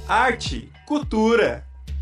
arte, cultura.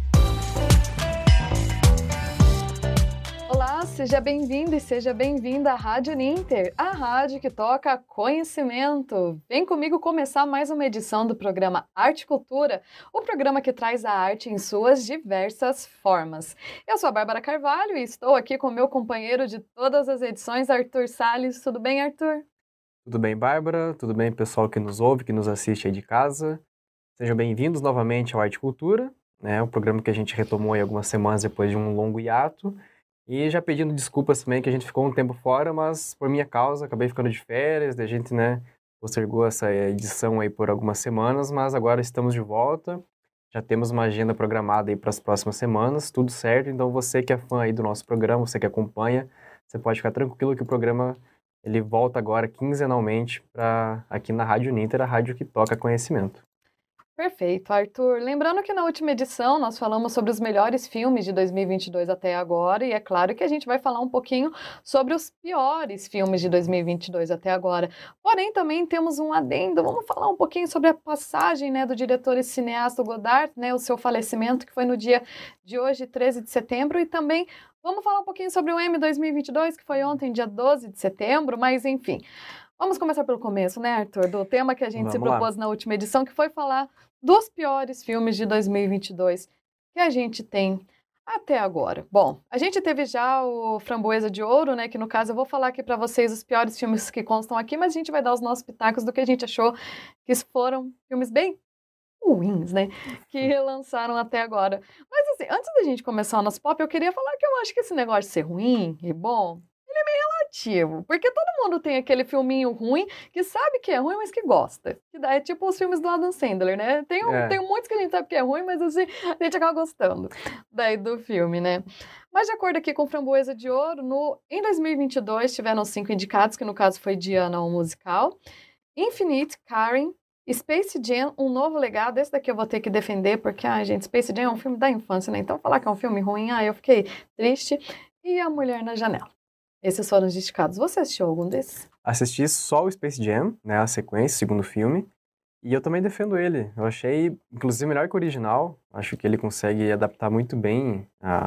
Olá, seja bem-vindo e seja bem-vinda à Rádio Ninter, a rádio que toca conhecimento. Vem comigo começar mais uma edição do programa Arte e Cultura, o programa que traz a arte em suas diversas formas. Eu sou a Bárbara Carvalho e estou aqui com meu companheiro de todas as edições, Arthur Salles. Tudo bem, Arthur? Tudo bem, Bárbara? Tudo bem, pessoal que nos ouve, que nos assiste aí de casa? Sejam bem-vindos novamente ao Arte e Cultura, né? O programa que a gente retomou aí algumas semanas depois de um longo hiato. E já pedindo desculpas também que a gente ficou um tempo fora, mas por minha causa, acabei ficando de férias, a gente, postergou essa edição aí por algumas semanas, mas agora estamos de volta. Já temos uma agenda programada aí para as próximas semanas, tudo certo. Então você que é fã aí do nosso programa, você que acompanha, você pode ficar tranquilo que o programa ele volta agora quinzenalmente para aqui na Rádio Ninter, a rádio que toca conhecimento. Perfeito, Arthur. Lembrando que na última edição nós falamos sobre os melhores filmes de 2022 até agora, e é claro que a gente vai falar um pouquinho sobre os piores filmes de 2022 até agora. Porém, também temos um adendo, vamos falar um pouquinho sobre a passagem, do diretor e cineasta Godard, o seu falecimento, que foi no dia de hoje, 13 de setembro, e também vamos falar um pouquinho sobre o M 2022, que foi ontem, dia 12 de setembro, mas enfim. Vamos começar pelo começo, Arthur? Do tema que a gente se propôs na última edição, que foi falar dos piores filmes de 2022 que a gente tem até agora. Bom, a gente teve já o Framboesa de Ouro, que no caso eu vou falar aqui para vocês os piores filmes que constam aqui, mas a gente vai dar os nossos pitacos do que a gente achou que foram filmes bem ruins, que lançaram até agora. Mas assim, antes da gente começar o nosso pop, eu queria falar que eu acho que esse negócio de ser ruim e bom, ele é meio relativo, porque todo mundo tem aquele filminho ruim que sabe que é ruim, mas que gosta. Que é tipo os filmes do Adam Sandler, Tem muitos que a gente sabe que é ruim, mas assim, a gente acaba gostando daí do filme, Mas de acordo aqui com Framboesa de Ouro, em 2022 tiveram 5 indicados, que no caso foi Diana, o musical, Infinite, Karen, Space Jam, Um Novo Legado. Esse daqui eu vou ter que defender, porque, gente, Space Jam é um filme da infância, Então falar que é um filme ruim, eu fiquei triste. E A Mulher na Janela. Esses foram os indicados. Você assistiu algum desses? Assisti só o Space Jam, a sequência, o segundo filme. E eu também defendo ele. Eu achei, inclusive, melhor que o original. Acho que ele consegue adaptar muito bem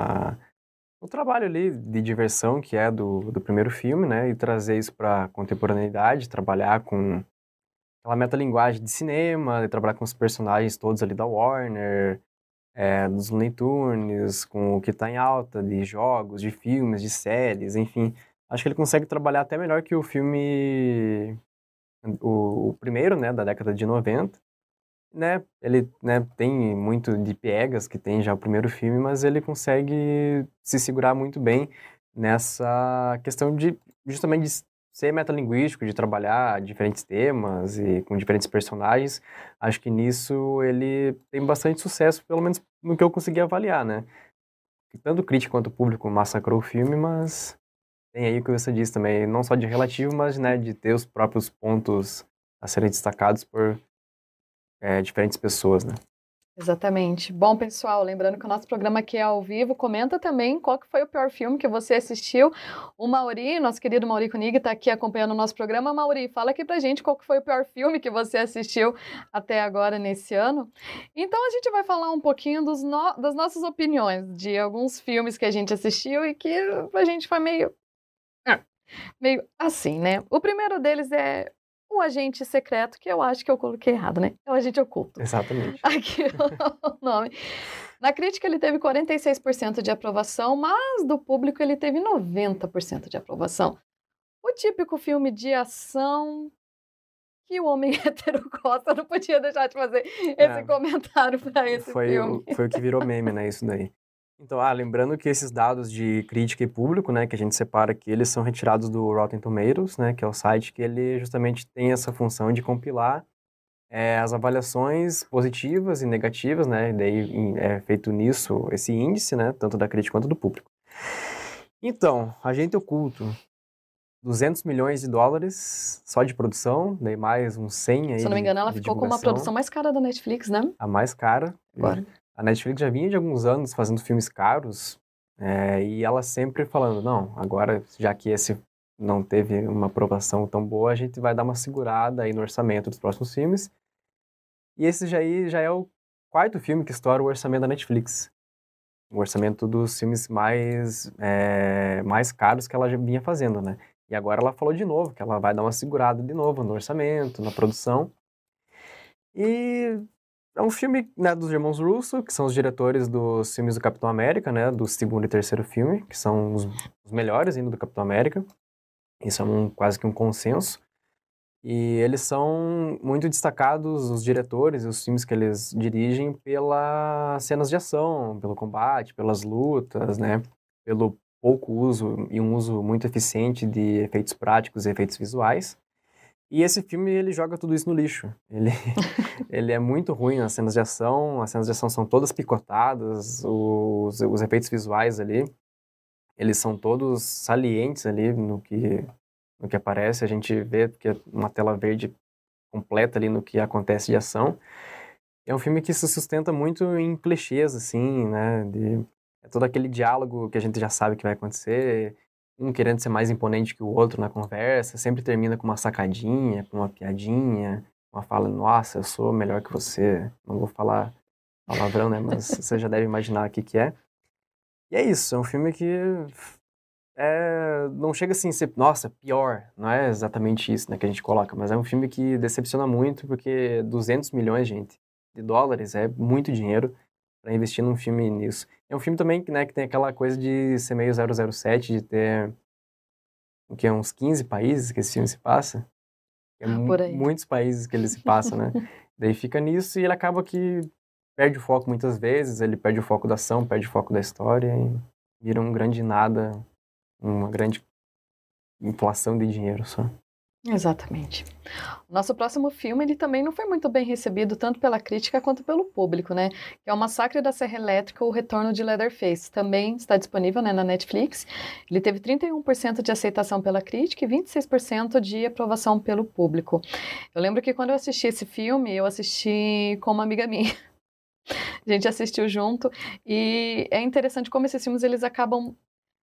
o trabalho ali de diversão que é do primeiro filme, E trazer isso para contemporaneidade, trabalhar com aquela metalinguagem de cinema, de trabalhar com os personagens todos ali da Warner, dos Looney Tunes, com o que está em alta de jogos, de filmes, de séries, enfim. Acho que ele consegue trabalhar até melhor que o filme, o primeiro, da década de 90. Ele tem muito de piegas que tem já o primeiro filme, mas ele consegue se segurar muito bem nessa questão de justamente de ser metalinguístico, de trabalhar diferentes temas e com diferentes personagens. Acho que nisso ele tem bastante sucesso, pelo menos no que eu consegui avaliar, Tanto crítica quanto público massacrou o filme, mas tem aí o que você disse também, não só de relativo, mas de ter os próprios pontos a serem destacados por diferentes pessoas, Exatamente. Bom, pessoal, lembrando que o nosso programa aqui é ao vivo, comenta também qual que foi o pior filme que você assistiu. O Mauri, nosso querido Mauri Kunig, está aqui acompanhando o nosso programa. Mauri, fala aqui pra gente qual que foi o pior filme que você assistiu até agora nesse ano. Então a gente vai falar um pouquinho das nossas opiniões de alguns filmes que a gente assistiu e que pra gente foi meio assim, O primeiro deles é O Agente Secreto, que eu acho que eu coloquei errado, É o Agente Oculto. Exatamente. Aqui é o nome. Na crítica ele teve 46% de aprovação, mas do público ele teve 90% de aprovação. O típico filme de ação que o homem hétero gosta, eu não podia deixar de fazer esse comentário para esse filme. Foi o que virou meme, isso daí. Então, lembrando que esses dados de crítica e público, que a gente separa aqui, eles são retirados do Rotten Tomatoes, que é o site que ele justamente tem essa função de compilar as avaliações positivas e negativas, E daí é feito nisso esse índice, tanto da crítica quanto do público. Então, Agente Oculto, 200 milhões de dólares só de produção, daí mais uns 100 aí. Se eu não me engano, ela ficou com uma produção mais cara da Netflix, A mais cara. Agora. A Netflix já vinha de alguns anos fazendo filmes caros, e ela sempre falando, não, agora, já que esse não teve uma aprovação tão boa, a gente vai dar uma segurada aí no orçamento dos próximos filmes. E esse já é o quarto filme que estoura o orçamento da Netflix. O orçamento dos filmes mais caros que ela já vinha fazendo, né? E agora ela falou de novo que ela vai dar uma segurada de novo no orçamento, na produção. E é um filme, né, dos irmãos Russo, que são os diretores dos filmes do Capitão América, né? Do segundo e terceiro filme, que são os melhores ainda do Capitão América. Isso é quase que um consenso. E eles são muito destacados, os diretores e os filmes que eles dirigem, pelas cenas de ação, pelo combate, pelas lutas, né? Pelo pouco uso e um uso muito eficiente de efeitos práticos e efeitos visuais. E esse filme, ele joga tudo isso no lixo. Ele é muito ruim nas cenas de ação, as cenas de ação são todas picotadas, os efeitos visuais ali, eles são todos salientes ali no que aparece, a gente vê que é uma tela verde completa ali no que acontece de ação. É um filme que se sustenta muito em clichês, assim, né? É todo aquele diálogo que a gente já sabe que vai acontecer, um querendo ser mais imponente que o outro na conversa, sempre termina com uma sacadinha, com uma piadinha, uma fala, nossa, eu sou melhor que você. Não vou falar palavrão, né? Mas você já deve imaginar o que é. E é isso, é um filme que não chega assim a ser, nossa, pior. Não é exatamente isso, né, que a gente coloca, mas é um filme que decepciona muito, porque 200 milhões, gente, de dólares é muito dinheiro para investir num filme nisso. É um filme também, né, que tem aquela coisa de ser meio 007, de ter uns 15 países que esse filme se passa. É Por aí. muitos países que ele se passa, né? Daí fica nisso e ele acaba que perde o foco muitas vezes, ele perde o foco da ação, perde o foco da história e vira um grande nada, uma grande inflação de dinheiro só. Exatamente. O nosso próximo filme, ele também não foi muito bem recebido, tanto pela crítica quanto pelo público, né? Que é o Massacre da Serra Elétrica, O Retorno de Leatherface. Também está disponível, né, na Netflix. Ele teve 31% de aceitação pela crítica e 26% de aprovação pelo público. Eu lembro que quando eu assisti esse filme, eu assisti com uma amiga minha. A gente assistiu junto e é interessante como esses filmes, eles acabam...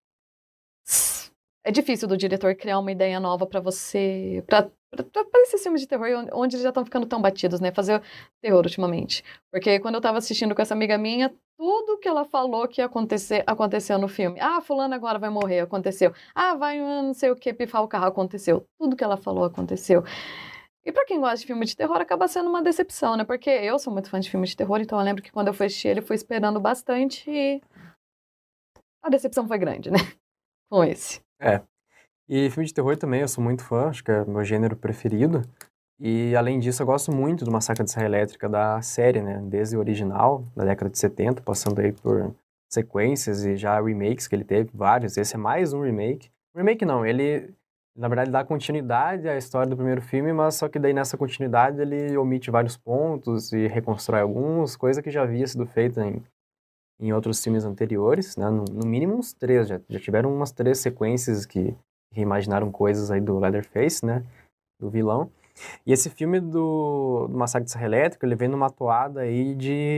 É difícil do diretor criar uma ideia nova pra você, pra esses filmes de terror onde eles já estão ficando tão batidos, né? Fazer terror ultimamente. Porque quando eu tava assistindo com essa amiga minha, tudo que ela falou que ia acontecer, aconteceu no filme. Ah, fulano agora vai morrer, aconteceu. Ah, vai não sei o que, pifar o carro, aconteceu. Tudo que ela falou aconteceu. E pra quem gosta de filme de terror, acaba sendo uma decepção, né? Porque eu sou muito fã de filme de terror, então eu lembro que quando eu fui assistir ele, fui esperando bastante e a decepção foi grande, né? Com esse. E filme de terror também, eu sou muito fã, acho que é o meu gênero preferido. E, além disso, eu gosto muito do Massacre da Serra Elétrica, da série, né? Desde o original, da década de 70, passando aí por sequências e já remakes que ele teve, vários. Esse é mais um remake. Remake não, ele, na verdade, dá continuidade à história do primeiro filme, mas só que daí nessa continuidade ele omite vários pontos e reconstrói alguns, coisa que já havia sido feita em outros filmes anteriores, né? No mínimo uns 3, já tiveram umas 3 sequências que reimaginaram coisas aí do Leatherface, né? Do vilão. E esse filme do Massacre de Serra Elétrica, ele vem numa toada aí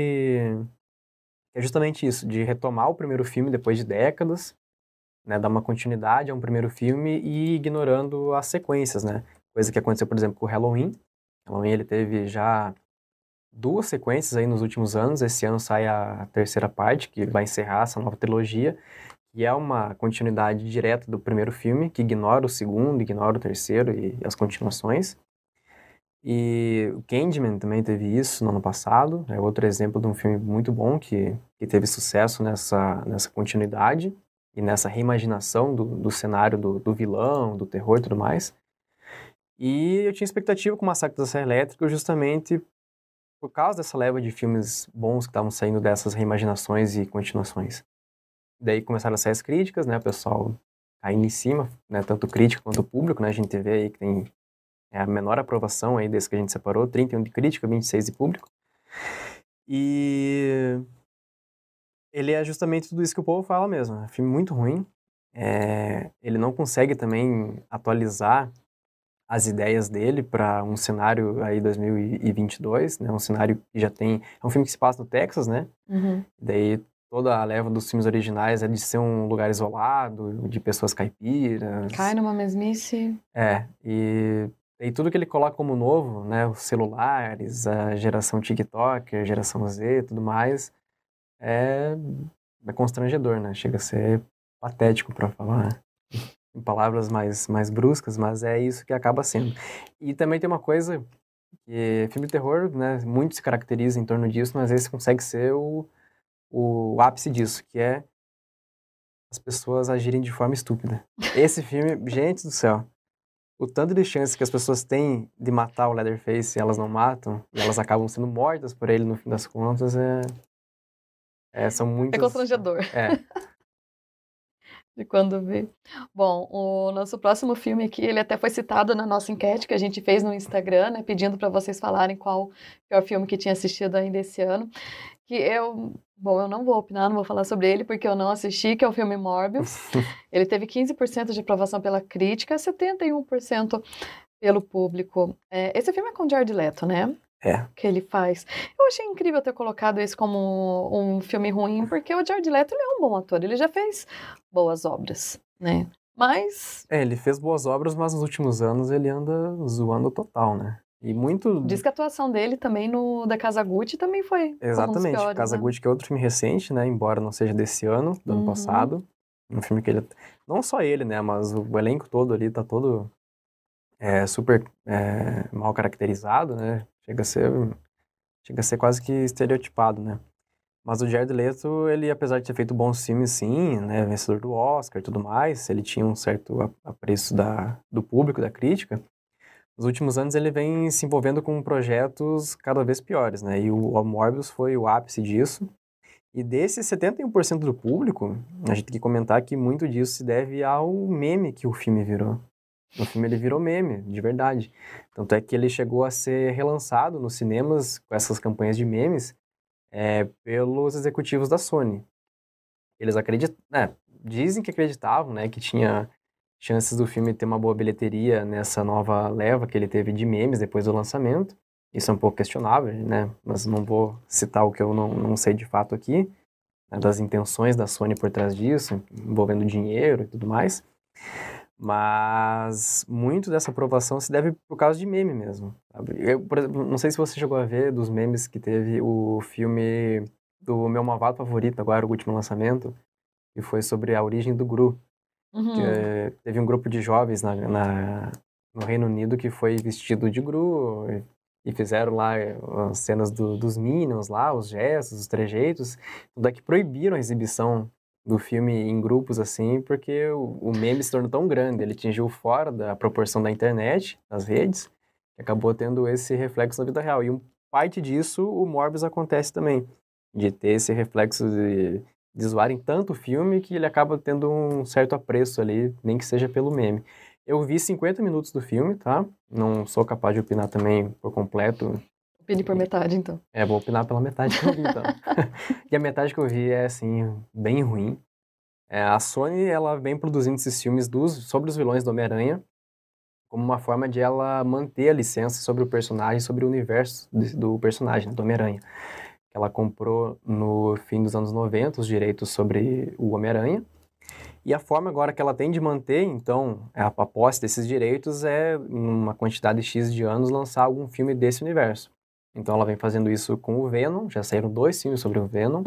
é justamente isso, de retomar o primeiro filme depois de décadas, né? Dar uma continuidade a um primeiro filme e ignorando as sequências, né? Coisa que aconteceu, por exemplo, com o Halloween. Halloween, ele teve já 2 sequências aí nos últimos anos. Esse ano sai a terceira parte, que vai encerrar essa nova trilogia. E é uma continuidade direta do primeiro filme, que ignora o segundo, ignora o terceiro e as continuações. E o Candyman também teve isso no ano passado. É outro exemplo de um filme muito bom que teve sucesso nessa continuidade e nessa reimaginação do cenário do vilão, do terror e tudo mais. E eu tinha expectativa com o Massacre da Serra Elétrica justamente por causa dessa leva de filmes bons que estavam saindo dessas reimaginações e continuações. Daí começaram a sair as críticas, né? O pessoal caindo em cima, né? Tanto crítica quanto público, né? A gente vê aí que tem a menor aprovação aí desse que a gente separou, 31 de crítica, 26 de público. E ele é justamente tudo isso que o povo fala mesmo. É um filme muito ruim. Ele não consegue também atualizar as ideias dele para um cenário aí 2022, né? Um cenário que já tem... É um filme que se passa no Texas, né? Uhum. Daí toda a leva dos filmes originais é de ser um lugar isolado, de pessoas caipiras. Cai numa mesmice. E E tudo que ele coloca como novo, né, os celulares, a geração TikTok, a geração Z, tudo mais, é, é constrangedor, né? Chega a ser patético para falar em palavras mais bruscas, mas é isso que acaba sendo. E também tem uma coisa que filme de terror, né, muito se caracteriza em torno disso, mas esse consegue ser o ápice disso, que é as pessoas agirem de forma estúpida. Esse filme, gente do céu, o tanto de chance que as pessoas têm de matar o Leatherface e elas não matam, e elas acabam sendo mortas por ele no fim das contas, são É muitas... constrangedor. É, De quando vê. Bom, o nosso próximo filme aqui, ele até foi citado na nossa enquete que a gente fez no Instagram, né, pedindo para vocês falarem qual pior filme que tinha assistido ainda esse ano. Bom, eu não vou opinar, não vou falar sobre ele porque eu não assisti, que é o filme Morbius. Ele teve 15% de aprovação pela crítica, 71% pelo público. Esse filme é com Jared Leto, né? Que ele faz. Eu achei incrível ter colocado esse como um filme ruim, porque o Jared Leto, ele é um bom ator, ele já fez boas obras, né? Mas ele fez boas obras, mas nos últimos anos ele anda zoando total, né? E muito... diz que a atuação dele também no da Casa Gucci também foi como um dos Exatamente, piores, Casa né? Gucci, que é outro filme recente, né? Embora não seja desse ano, do ano passado. Um filme que ele... Não só ele, né? Mas o elenco todo ali tá todo super mal caracterizado, né? Chega a ser quase que estereotipado, né? Mas o Jared Leto, ele, apesar de ter feito bons filmes, sim, né? Vencedor do Oscar e tudo mais, ele tinha um certo apreço do público, da crítica. Nos últimos anos ele vem se envolvendo com projetos cada vez piores, né? E o Morbius foi o ápice disso. E desses 71% do público, a gente tem que comentar que muito disso se deve ao meme que o filme virou. O filme ele virou meme, de verdade. Tanto é que ele chegou a ser relançado nos cinemas com essas campanhas de memes pelos executivos da Sony. Eles acreditam, dizem que acreditavam, né, que tinha chances do filme ter uma boa bilheteria nessa nova leva que ele teve de memes depois do lançamento. Isso é um pouco questionável, né? Mas não vou citar o que eu não sei de fato aqui, né, das intenções da Sony por trás disso, envolvendo dinheiro e tudo mais. Mas muito dessa aprovação se deve por causa de meme mesmo, sabe? Eu, por exemplo, não sei se você chegou a ver dos memes que teve o filme do meu malvado favorito, agora o último lançamento, que foi sobre a origem do Gru. Teve um grupo de jovens no Reino Unido que foi vestido de Gru e fizeram lá as cenas dos Minions lá, os gestos, os trejeitos. Tudo é que proibiram a exibição do filme em grupos assim, porque o meme se tornou tão grande, ele atingiu fora da proporção da internet, das redes, que acabou tendo esse reflexo na vida real. E parte disso, o Morbius acontece também, de ter esse reflexo de zoarem tanto o filme que ele acaba tendo um certo apreço ali, nem que seja pelo meme. Eu vi 50 minutos do filme, tá? Não sou capaz de opinar também por completo. Opine por metade, então. Vou opinar pela metade que eu vi, então. E a metade que eu vi é, assim, bem ruim. A Sony, ela vem produzindo esses filmes sobre os vilões do Homem-Aranha como uma forma de ela manter a licença sobre o personagem, sobre o universo do personagem, do Homem-Aranha. Ela comprou no fim dos anos 90 os direitos sobre o Homem-Aranha. E a forma agora que ela tem de manter, então, a posse desses direitos é, em uma quantidade X de anos, lançar algum filme desse universo. Então ela vem fazendo isso com o Venom, já saíram 2 filmes sobre o Venom.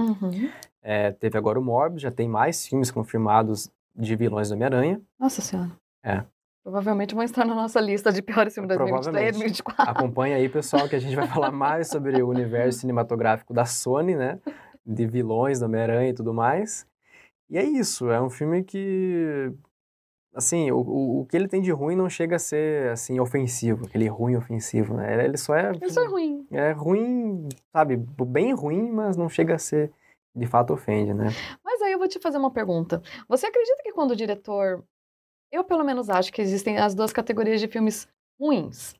Teve agora o Morbius, já tem mais filmes confirmados de vilões do Homem-Aranha. Nossa Senhora. Provavelmente vão estar na nossa lista de piores filmes de 2023 e 2024. Acompanha aí, pessoal, que a gente vai falar mais sobre o universo cinematográfico da Sony, né? De vilões do Homem-Aranha e tudo mais. E é isso, é um filme que, assim, o que ele tem de ruim não chega a ser, assim, ofensivo, aquele ruim ofensivo, né? Ele só é... Isso é ruim. É ruim, sabe? Bem ruim, mas não chega a ser, de fato, ofende, né? Mas aí eu vou te fazer uma pergunta. Você acredita que quando o diretor... Eu, pelo menos, acho que existem as duas categorias de filmes ruins.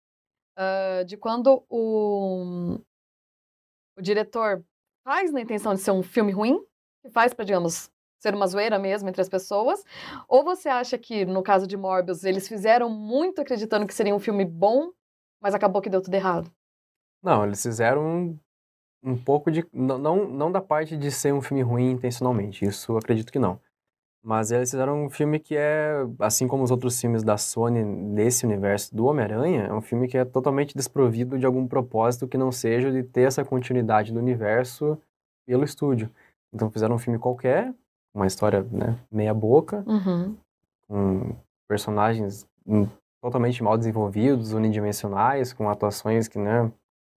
De quando o diretor faz na intenção de ser um filme ruim, que faz para, digamos, ser uma zoeira mesmo entre as pessoas, ou você acha que, no caso de Morbius, eles fizeram muito acreditando que seria um filme bom, mas acabou que deu tudo errado? Não, eles fizeram um pouco de... Não da parte de ser um filme ruim intencionalmente, isso eu acredito que não. Mas eles fizeram um filme que é, assim como os outros filmes da Sony desse universo do Homem-Aranha, é um filme que é totalmente desprovido de algum propósito que não seja de ter essa continuidade do universo pelo estúdio. Então fizeram um filme qualquer, uma história, né, meia boca, com personagens totalmente mal desenvolvidos, unidimensionais, com atuações que, né...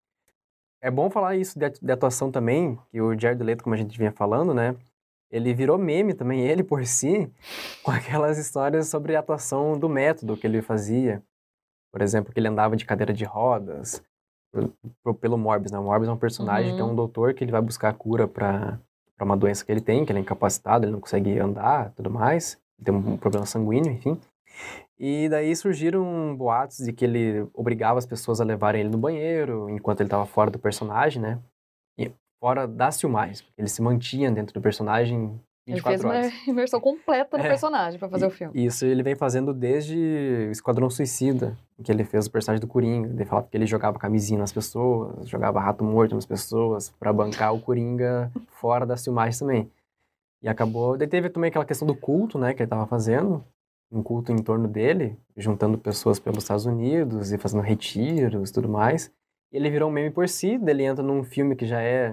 É bom falar isso de atuação também, que o Jared Leto, como a gente vinha falando, né, ele virou meme também, ele por si, com aquelas histórias sobre a atuação do método que ele fazia. Por exemplo, que ele andava de cadeira de rodas, pelo Morbius, né? O Morbius é um personagem que é um doutor que ele vai buscar a cura para uma doença que ele tem, que ele é incapacitado, ele não consegue andar, tudo mais, ele tem um problema sanguíneo, enfim. E daí surgiram boatos de que ele obrigava as pessoas a levarem ele no banheiro, enquanto ele estava fora do personagem, né? E fora das filmagens, porque ele se mantinha dentro do personagem Ele fez 24 horas. uma imersão completa no personagem pra fazer o filme. Isso ele vem fazendo desde Esquadrão Suicida, que ele fez o personagem do Coringa. Ele falava que ele jogava camisinha nas pessoas, jogava rato morto nas pessoas, pra bancar o Coringa fora das filmagens também. E acabou... Daí teve também aquela questão do culto, né, que ele tava fazendo. Um culto em torno dele, juntando pessoas pelos Estados Unidos e fazendo retiros e tudo mais. E ele virou um meme por si, daí ele entra num filme que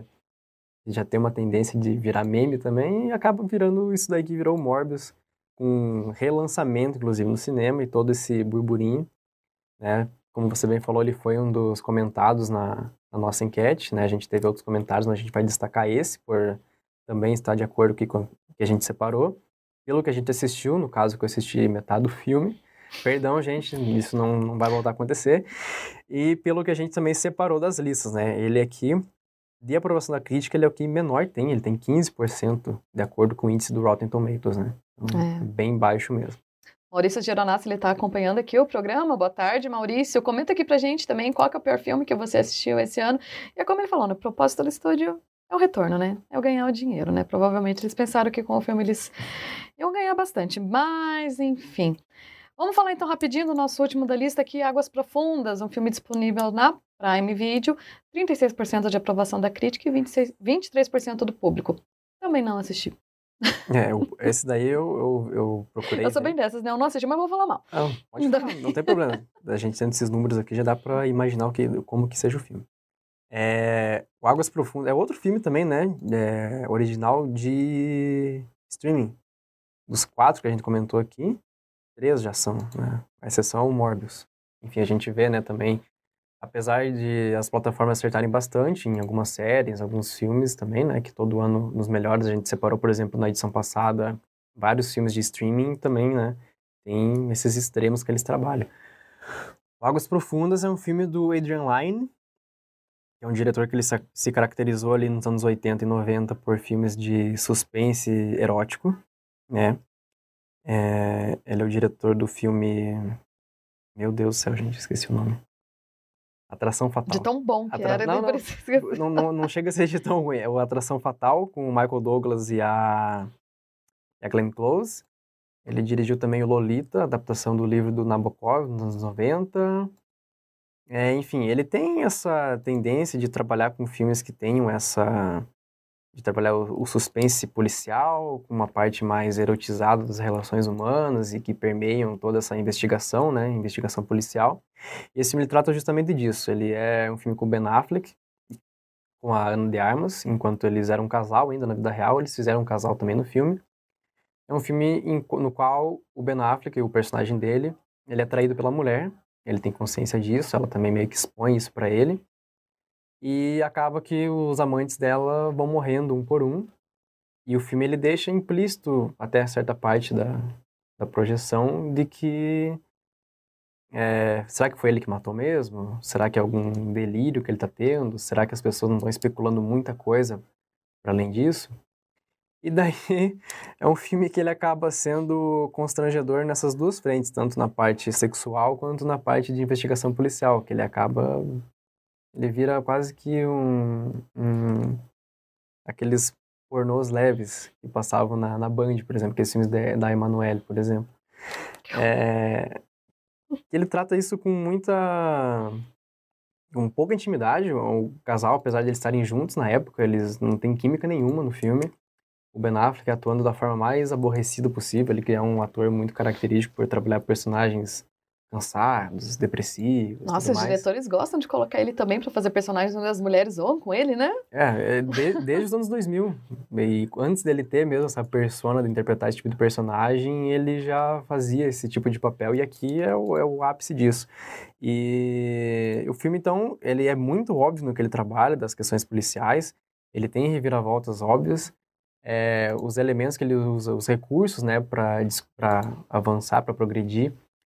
já tem uma tendência de virar meme também, e acaba virando isso daí que virou o Morbius, com relançamento, inclusive, no cinema, e todo esse burburinho, né? Como você bem falou, ele foi um dos comentados na nossa enquete, né? A gente teve outros comentários, mas a gente vai destacar esse, por também estar de acordo com o que a gente separou. Pelo que a gente assistiu, no caso que eu assisti metade do filme, perdão, gente, isso não vai voltar a acontecer. E pelo que a gente também separou das listas, né? Ele aqui, de aprovação da crítica, ele é o que menor tem. Ele tem 15%, de acordo com o índice do Rotten Tomatoes, né? Então, bem baixo mesmo. Maurício Geronassi, ele tá acompanhando aqui o programa. Boa tarde, Maurício. Comenta aqui pra gente também qual que é o pior filme que você assistiu esse ano. E é como ele falou, no propósito do estúdio é o retorno, né? É o ganhar o dinheiro, né? Provavelmente eles pensaram que com o filme eles iam ganhar bastante. Mas, enfim. Vamos falar então rapidinho do nosso último da lista aqui, Águas Profundas, um filme disponível na Prime Video, 36% de aprovação da crítica e 23% do público. Também não assisti. Esse daí eu procurei. Eu sou bem dessas, né? Eu não assisti, mas vou falar mal. Não, pode falar, não tem problema. A gente tendo esses números aqui já dá pra imaginar como que seja o filme. O Águas Profundas é outro filme também, né? Original de streaming. Dos 4 que a gente comentou aqui, 3 já são, né? A exceção é o Morbius. Enfim, a gente vê, né, também, apesar de as plataformas acertarem bastante em algumas séries, alguns filmes também, né, que todo ano, nos melhores, a gente separou, por exemplo, na edição passada, vários filmes de streaming também, né, tem esses extremos que eles trabalham. Águas Profundas é um filme do Adrian Lyne, que é um diretor que ele se caracterizou ali nos anos 80 e 90 por filmes de suspense erótico, né. Ele é o diretor do filme... Meu Deus do céu, gente, esqueci o nome. Atração Fatal. De tão bom que era. Não chega a ser de tão ruim. É o Atração Fatal, com o Michael Douglas e a Glenn Close. Ele dirigiu também o Lolita, adaptação do livro do Nabokov, nos anos 90. Enfim, ele tem essa tendência de trabalhar com filmes que tenham de trabalhar o suspense policial, com uma parte mais erotizada das relações humanas e que permeiam toda essa investigação, né, investigação policial. E esse filme trata justamente disso. Ele é um filme com o Ben Affleck, com a Ana de Armas, enquanto eles eram um casal ainda na vida real, eles fizeram um casal também no filme. É um filme no qual o Ben Affleck, o personagem dele, ele é traído pela mulher, ele tem consciência disso, ela também meio que expõe isso pra ele. E acaba que os amantes dela vão morrendo um por um. E o filme ele deixa implícito, até certa parte da projeção, de que... será que foi ele que matou mesmo? Será que é algum delírio que ele tá tendo? Será que as pessoas não estão especulando muita coisa para além disso? E daí é um filme que ele acaba sendo constrangedor nessas duas frentes, tanto na parte sexual quanto na parte de investigação policial, que ele vira quase que aqueles pornôs leves que passavam na Band, por exemplo, aqueles filmes da Emanuele, por exemplo. Ele trata isso com pouca intimidade. O casal, apesar de eles estarem juntos na época, eles não têm química nenhuma no filme. o Ben Affleck atuando da forma mais aborrecida possível. Ele que é um ator muito característico por trabalhar personagens cansados, depressivos, Nossa, tudo os mais. diretores gostam de colocar ele também para fazer personagens onde as mulheres zoam com ele, né? Desde os anos 2000. E antes dele ter mesmo essa persona de interpretar esse tipo de personagem, ele já fazia esse tipo de papel, e aqui é o ápice disso. E o filme, então, ele é muito óbvio no que ele trabalha, das questões policiais, ele tem reviravoltas óbvias, os elementos que ele usa, os recursos, né, para avançar, para progredir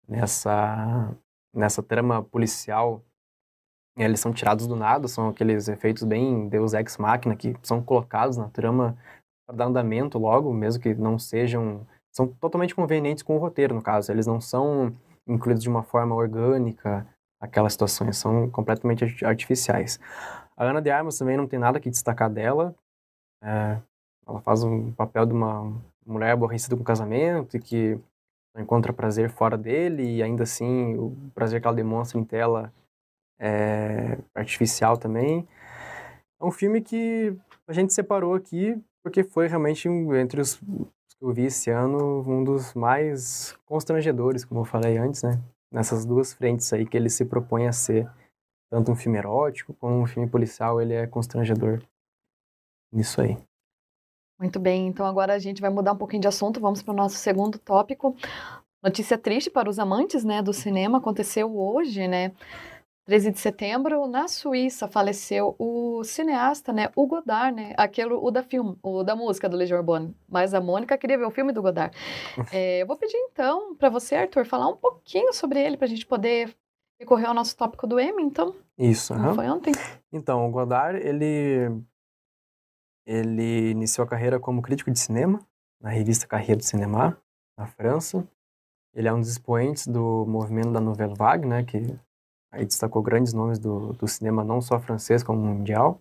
nessa trama policial, eles são tirados do nada, são aqueles efeitos bem Deus Ex Machina que são colocados na trama para dar andamento logo, mesmo que não sejam... São totalmente convenientes com o roteiro, no caso. Eles não são incluídos de uma forma orgânica, aquelas situações, são completamente artificiais. A Ana de Armas também não tem nada que destacar dela. Ela faz um papel de uma mulher aborrecida com o casamento e que não encontra prazer fora dele, e ainda assim o prazer que ela demonstra em tela é artificial também. É um filme que a gente separou aqui porque foi realmente, entre os que eu vi esse ano, um dos mais constrangedores, como eu falei antes, né? Nessas duas frentes aí que ele se propõe a ser. Tanto um filme erótico como um filme policial, ele é constrangedor nisso aí. Muito bem, então agora a gente vai mudar um pouquinho de assunto, vamos para o nosso segundo tópico. Notícia triste para os amantes, né, do cinema, aconteceu hoje, né, 13 de setembro, na Suíça, faleceu o cineasta, né, o Godard, né, o da música do Legião Urbana, mas a Mônica queria ver o filme do Godard. Eu vou pedir então para você, Arthur, falar um pouquinho sobre ele, para a gente poder recorrer ao nosso tópico do Emmy, então. Isso, Como foi ontem? Então, o Godard, ele iniciou a carreira como crítico de cinema, na revista Carrière du Cinéma, na França. Ele é um dos expoentes do movimento da Nouvelle Vague, né, que aí destacou grandes nomes do cinema, não só francês, como mundial.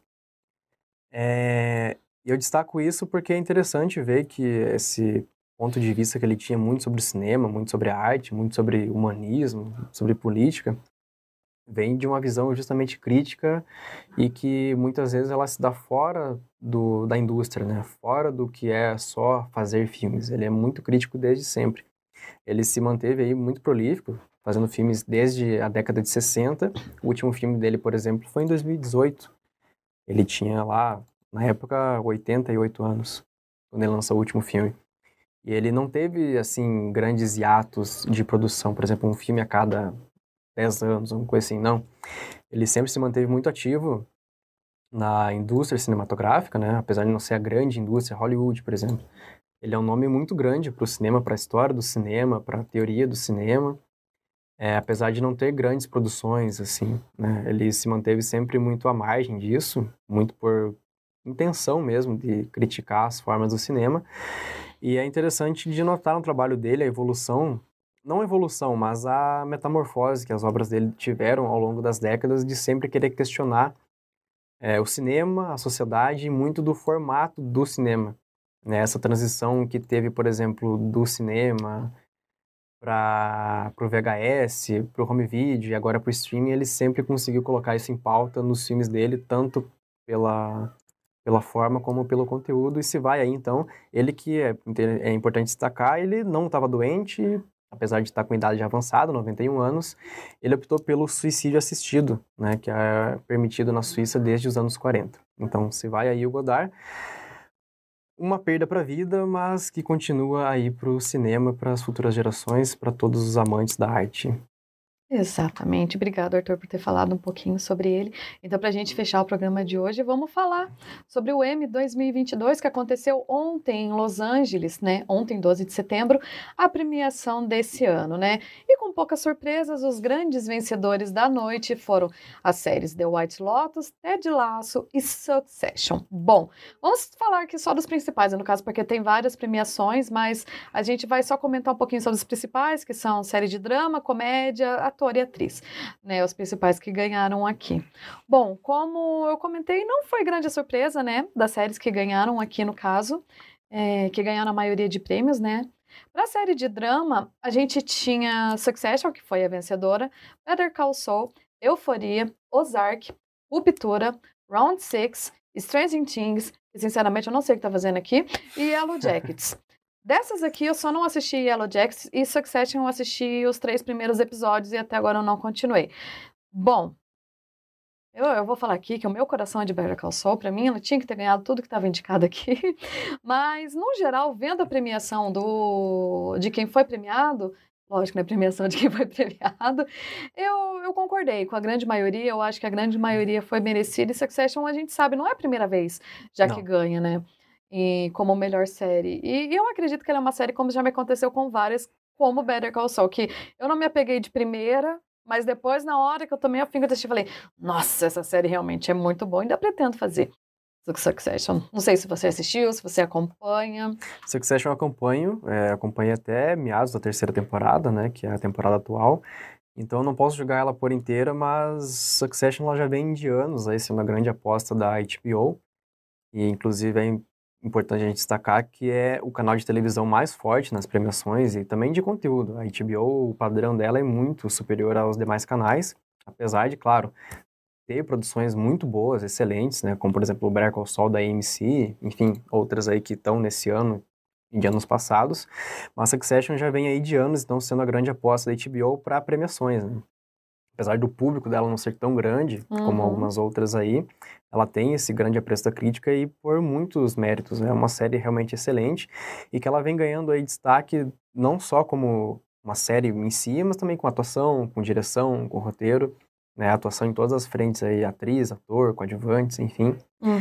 Eu destaco isso porque é interessante ver que esse ponto de vista que ele tinha muito sobre o cinema, muito sobre a arte, muito sobre humanismo, sobre política, vem de uma visão justamente crítica e que muitas vezes ela se dá fora da indústria, né? Fora do que é só fazer filmes. Ele é muito crítico desde sempre. Ele se manteve aí muito prolífico, fazendo filmes desde a década de 60. O último filme dele, por exemplo, foi em 2018. Ele tinha lá, na época, 88 anos, quando ele lançou o último filme. E ele não teve, assim, grandes hiatos de produção. Por exemplo, um filme a cada 10 anos, uma coisa assim, não. Ele sempre se manteve muito ativo na indústria cinematográfica, né? Apesar de não ser a grande indústria, Hollywood, por exemplo. Ele é um nome muito grande para o cinema, para a história do cinema, para a teoria do cinema. Apesar de não ter grandes produções, assim, né? Ele se manteve sempre muito à margem disso, muito por intenção mesmo de criticar as formas do cinema. E é interessante de notar no trabalho dele a evolução, não a evolução, mas a metamorfose que as obras dele tiveram ao longo das décadas de sempre querer questionar o cinema, a sociedade e muito do formato do cinema. Né? Essa transição que teve, por exemplo, do cinema para o VHS, para o home video e agora para o streaming, ele sempre conseguiu colocar isso em pauta nos filmes dele, tanto pela forma como pelo conteúdo. E se vai aí, então, ele que é importante destacar, ele não estava doente, apesar de estar com idade avançada, 91 anos, ele optou pelo suicídio assistido, né, que é permitido na Suíça desde os anos 40. Então, se vai aí o Godard, uma perda para a vida, mas que continua aí para o cinema, para as futuras gerações, para todos os amantes da arte. Exatamente. Obrigado, Arthur, por ter falado um pouquinho sobre ele. Então, para a gente fechar o programa de hoje, vamos falar sobre o Emmy 2022, que aconteceu ontem em Los Angeles, né? Ontem, 12 de setembro, a premiação desse ano, né? E com poucas surpresas, os grandes vencedores da noite foram as séries The White Lotus, Ted Lasso e Succession. Bom, vamos falar aqui só dos principais, no caso, porque tem várias premiações, mas a gente vai só comentar um pouquinho sobre os principais, que são série de drama, comédia, ator e atriz, né, os principais que ganharam aqui. Bom, como eu comentei, não foi grande a surpresa, né, das séries que ganharam aqui no caso, que ganharam a maioria de prêmios, né. Para a série de drama, a gente tinha Succession, que foi a vencedora, Better Call Saul, Euforia, Ozark, Ruptura, Round 6, Stranger Things, que sinceramente eu não sei o que tá fazendo aqui, e Yellow Jackets. Dessas aqui eu só não assisti Yellow Jackets e Succession eu assisti os 3 primeiros episódios e até agora eu não continuei. Bom, eu vou falar aqui que o meu coração é de Better Call Saul. Pra mim, ela tinha que ter ganhado tudo que estava indicado aqui. Mas, no geral, vendo a premiação de quem foi premiado, lógico, né, premiação de quem foi premiado, eu concordei com a grande maioria. Eu acho que a grande maioria foi merecida. E Succession, a gente sabe, não é a primeira vez já que Não. ganha, né? E como melhor série. E eu acredito que ela é uma série, como já me aconteceu com várias, como Better Call Saul, que eu não me apeguei de primeira, mas depois, na hora que eu tomei a finca de assistir, falei, nossa, essa série realmente é muito boa. Ainda pretendo fazer Succession. Não sei se você assistiu, se você acompanha. Succession eu acompanho até meados da 3ª temporada, né, que é a temporada atual. Então eu não posso julgar ela por inteira, mas Succession ela já vem de anos, aí sendo uma grande aposta da HBO. E inclusive é importante a gente destacar que é o canal de televisão mais forte nas premiações e também de conteúdo. A HBO, o padrão dela é muito superior aos demais canais, apesar de, claro, ter produções muito boas, excelentes, né? Como, por exemplo, o Better Call Saul da AMC, enfim, outras aí que estão nesse ano e de anos passados. Mas Succession já vem aí de anos, então sendo a grande aposta da HBO para premiações, né? Apesar do público dela não ser tão grande como algumas outras aí, ela tem esse grande apreço da crítica e por muitos méritos, né? É uma série realmente excelente e que ela vem ganhando aí destaque não só como uma série em si, mas também com atuação, com direção, com roteiro, né? Atuação em todas as frentes aí, atriz, ator, coadjuvantes, enfim.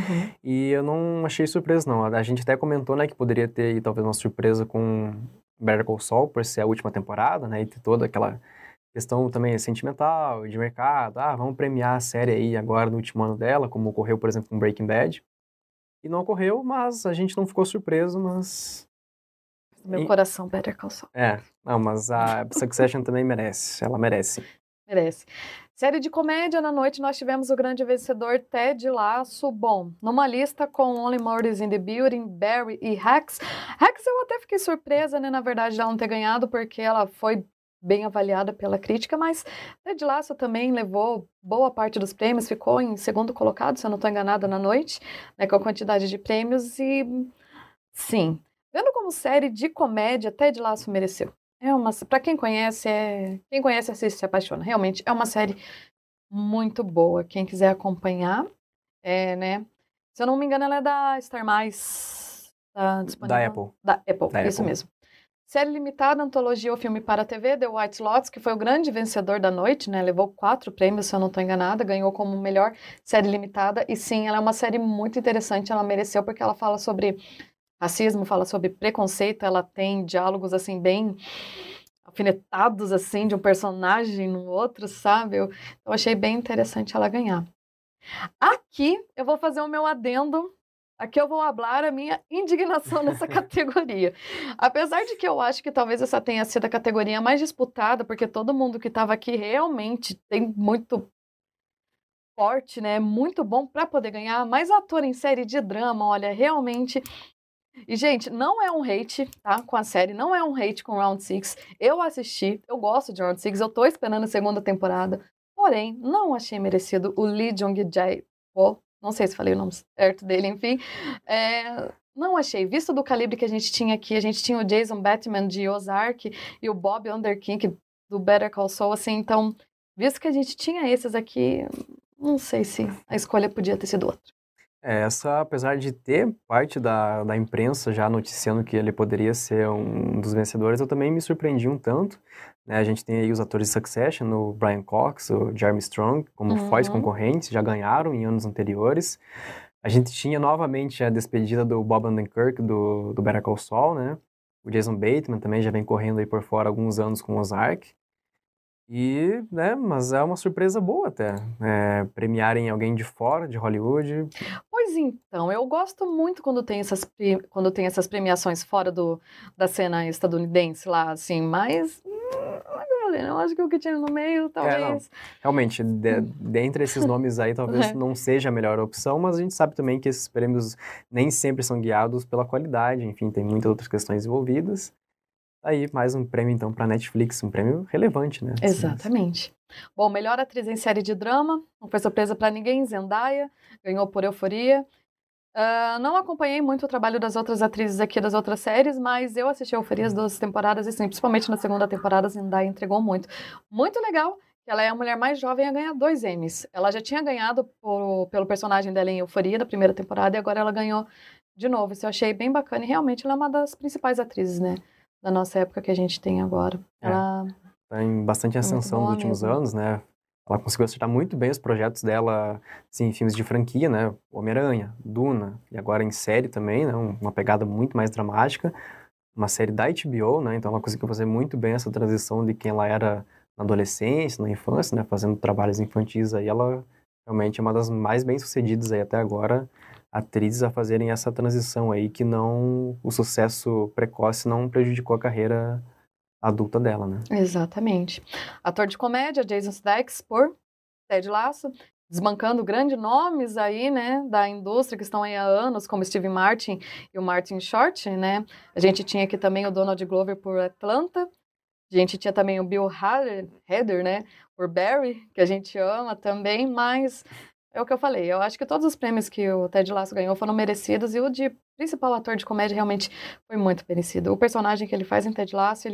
E eu não achei surpresa, não. A gente até comentou, né, que poderia ter aí, talvez uma surpresa com Better Call Saul, por ser a última temporada, né, e ter toda aquela questão também sentimental, de mercado. Vamos premiar a série aí agora no último ano dela, como ocorreu, por exemplo, com Breaking Bad. E não ocorreu, mas a gente não ficou surpreso, mas... Meu coração, Better Call Saul. Não, mas a Succession também merece, ela merece. Merece. Série de comédia, na noite nós tivemos o grande vencedor Ted Lasso. Bom, numa lista com Only Murders in the Building, Barry e Hacks. Hacks eu até fiquei surpresa, né, na verdade, dela não ter ganhado, porque ela foi bem avaliada pela crítica, mas Ted Lasso também levou boa parte dos prêmios, ficou em segundo colocado, se eu não estou enganada, na noite, né, com a quantidade de prêmios e, sim, vendo como série de comédia, Ted Lasso mereceu. Para quem conhece, assiste, se apaixona. Realmente é uma série muito boa. Quem quiser acompanhar, né? Se eu não me engano, ela é da Star+, tá disponível. Da Apple, isso mesmo. Série limitada, antologia ou filme para a TV, The White Lotus, que foi o grande vencedor da noite, né? Levou 4 prêmios, se eu não estou enganada, ganhou como melhor série limitada. E sim, ela é uma série muito interessante, ela mereceu, porque ela fala sobre racismo, fala sobre preconceito, ela tem diálogos, assim, bem alfinetados, assim, de um personagem no outro, sabe? Eu achei bem interessante ela ganhar. Aqui, eu vou fazer o meu adendo. Aqui eu vou falar a minha indignação nessa categoria. Apesar de que eu acho que talvez essa tenha sido a categoria mais disputada, porque todo mundo que estava aqui realmente tem muito forte, né? Muito bom para poder ganhar, mas ator em série de drama, olha, realmente... E, gente, não é um hate, tá? Com a série, não é um hate com Round 6. Eu assisti, eu gosto de Round 6, eu tô esperando a segunda temporada. Porém, não achei merecido o Lee Jong-jae. Não sei se falei o nome certo dele, enfim. Não achei. Visto do calibre que a gente tinha aqui, a gente tinha o Jason Bateman de Ozark e o Bob Underking do Better Call Saul, assim, então, visto que a gente tinha esses aqui, não sei se a escolha podia ter sido outra. Essa, apesar de ter parte da imprensa já noticiando que ele poderia ser um dos vencedores, eu também me surpreendi um tanto, né? A gente tem aí os atores de Succession, o Brian Cox, o Jeremy Strong, como fortes concorrentes, já ganharam em anos anteriores. A gente tinha novamente a despedida do Bob Odenkirk, do Better Call Saul, né? O Jason Bateman também já vem correndo aí por fora há alguns anos com Ozark. E, né, mas é uma surpresa boa até, premiarem alguém de fora, de Hollywood. Pois então, eu gosto muito quando tem essas premiações fora da cena estadunidense lá, assim, mas eu acho que o que tinha no meio, talvez... Realmente, dentre esses nomes aí, talvez não seja a melhor opção, mas a gente sabe também que esses prêmios nem sempre são guiados pela qualidade, enfim, tem muitas outras questões envolvidas. Aí, mais um prêmio, então, para Netflix, um prêmio relevante, né? Exatamente. Bom, melhor atriz em série de drama, não foi surpresa para ninguém, Zendaya, ganhou por Euforia. Não acompanhei muito o trabalho das outras atrizes aqui das outras séries, mas eu assisti a Euphoria as 2 temporadas e, sim, principalmente na segunda temporada, a Zendaya entregou muito. Muito legal, que ela é a mulher mais jovem a ganhar 2 Emmys. Ela já tinha ganhado pelo personagem dela em Euphoria, da primeira temporada, e agora ela ganhou de novo. Isso eu achei bem bacana, e realmente ela é uma das principais atrizes, né, da nossa época que a gente tem agora. Ela tá em bastante ascensão nos últimos anos, né? Ela conseguiu acertar muito bem os projetos dela, assim, em filmes de franquia, né? Homem-Aranha, Duna, e agora em série também, né? Uma pegada muito mais dramática. Uma série da HBO, né? Então ela conseguiu fazer muito bem essa transição de quem ela era na adolescência, na infância, né? Fazendo trabalhos infantis aí. Ela realmente é uma das mais bem-sucedidas aí até agora, atrizes a fazerem essa transição aí, que não... O sucesso precoce não prejudicou a carreira adulta dela, né? Exatamente. Ator de comédia, Jason Sudeikis, por Ted Lasso, desbancando grandes nomes aí, né, da indústria que estão aí há anos, como Steve Martin e o Martin Short, né? A gente tinha aqui também o Donald Glover por Atlanta, a gente tinha também o Bill Hader, né, por Barry, que a gente ama também, mas é o que eu falei, eu acho que todos os prêmios que o Ted Lasso ganhou foram merecidos e o de principal ator de comédia realmente foi muito merecido. O personagem que ele faz em Ted Lasso,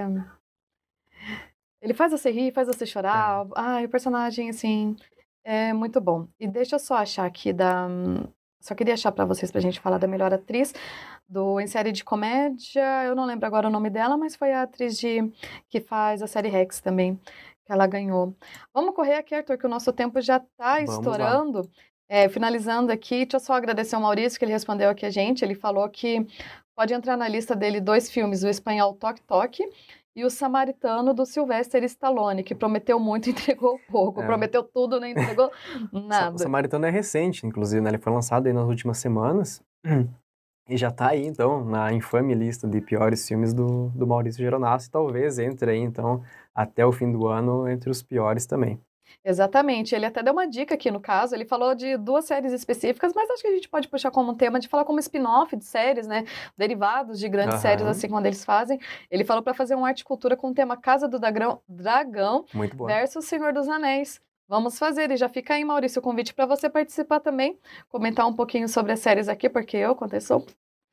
ele faz você rir, faz você chorar. O personagem, assim, é muito bom. E deixa eu só achar aqui Só queria achar pra vocês, pra gente falar da melhor atriz em série de comédia. Eu não lembro agora o nome dela, mas foi a atriz que faz a série Rex também, que ela ganhou. Vamos correr aqui, Arthur, que o nosso tempo já tá estourando. Finalizando aqui, deixa eu só agradecer ao Maurício, que ele respondeu aqui a gente. Ele falou que pode entrar na lista dele 2 filmes, o espanhol Toque Toque e o Samaritano, do Sylvester Stallone, que prometeu muito e entregou pouco. Prometeu tudo, não entregou nada. O Samaritano é recente, inclusive, né? Ele foi lançado aí nas últimas semanas e já tá aí, então, na infame lista de piores filmes do Maurício Geronasso. E talvez entre aí, então, até o fim do ano, entre os piores também. Exatamente, ele até deu uma dica aqui no caso, ele falou de 2 séries específicas, mas acho que a gente pode puxar como tema de falar como spin-off de séries, né, derivados de grandes séries, assim, quando eles fazem. Ele falou para fazer um arte cultura com o tema Casa do Dragão versus Senhor dos Anéis. Vamos fazer, e já fica aí, Maurício, o convite para você participar também, comentar um pouquinho sobre as séries aqui, porque eu, quando eu sou...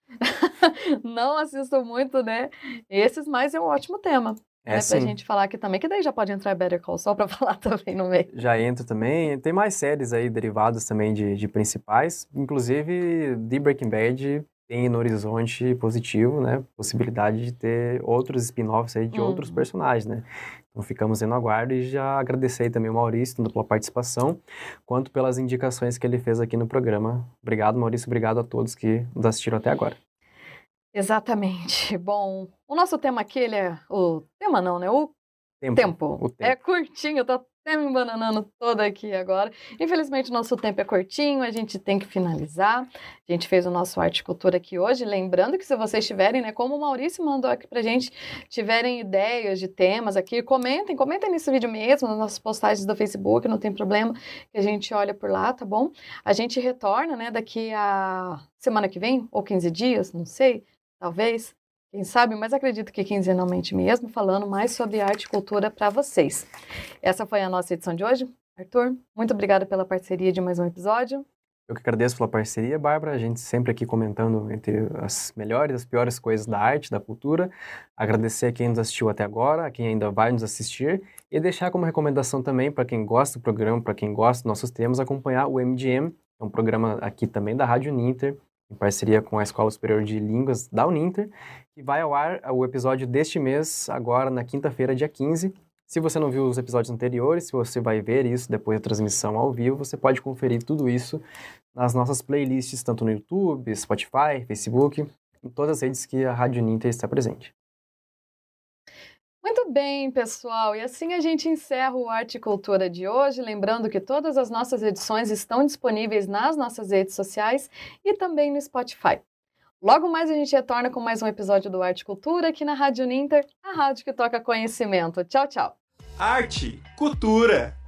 não assisto muito, né, mas é um ótimo tema. Pra gente falar aqui também, que daí já pode entrar Better Call Saul pra falar também no meio. Já entra também. Tem mais séries aí derivadas também de principais. Inclusive, The Breaking Bad tem no horizonte positivo, né? Possibilidade de ter outros spin-offs aí de outros personagens, né? Então ficamos aí no aguardo e já agradecer também o Maurício, tanto pela participação, quanto pelas indicações que ele fez aqui no programa. Obrigado, Maurício. Obrigado a todos que nos assistiram até agora. Exatamente. Bom, o nosso tema aqui, ele é... O tema não, né? O tempo. É curtinho, eu tô até me embananando toda aqui agora. Infelizmente, o nosso tempo é curtinho, a gente tem que finalizar. A gente fez o nosso Arte e Cultura aqui hoje. Lembrando que se vocês tiverem, né, como o Maurício mandou aqui pra gente, tiverem ideias de temas aqui, comentem nesse vídeo mesmo, nas nossas postagens do Facebook, não tem problema, que a gente olha por lá, tá bom? A gente retorna, né, daqui a semana que vem, ou 15 dias, não sei, talvez, quem sabe, mas acredito que quinzenalmente mesmo, falando mais sobre arte e cultura para vocês. Essa foi a nossa edição de hoje. Arthur, muito obrigada pela parceria de mais um episódio. Eu que agradeço pela parceria, Bárbara. A gente sempre aqui comentando entre as melhores e as piores coisas da arte, da cultura. Agradecer a quem nos assistiu até agora, a quem ainda vai nos assistir. E deixar como recomendação também para quem gosta do programa, para quem gosta dos nossos temas, acompanhar o MGM, é um programa aqui também da Rádio Uninter, em parceria com a Escola Superior de Línguas da Uninter, que vai ao ar o episódio deste mês, agora na quinta-feira, dia 15. Se você não viu os episódios anteriores, se você vai ver isso depois da transmissão ao vivo, você pode conferir tudo isso nas nossas playlists, tanto no YouTube, Spotify, Facebook, em todas as redes que a Rádio Uninter está presente. Muito bem, pessoal, e assim a gente encerra o Arte e Cultura de hoje, lembrando que todas as nossas edições estão disponíveis nas nossas redes sociais e também no Spotify. Logo mais a gente retorna com mais um episódio do Arte e Cultura aqui na Rádio Uninter, a rádio que toca conhecimento. Tchau, tchau! Arte, cultura.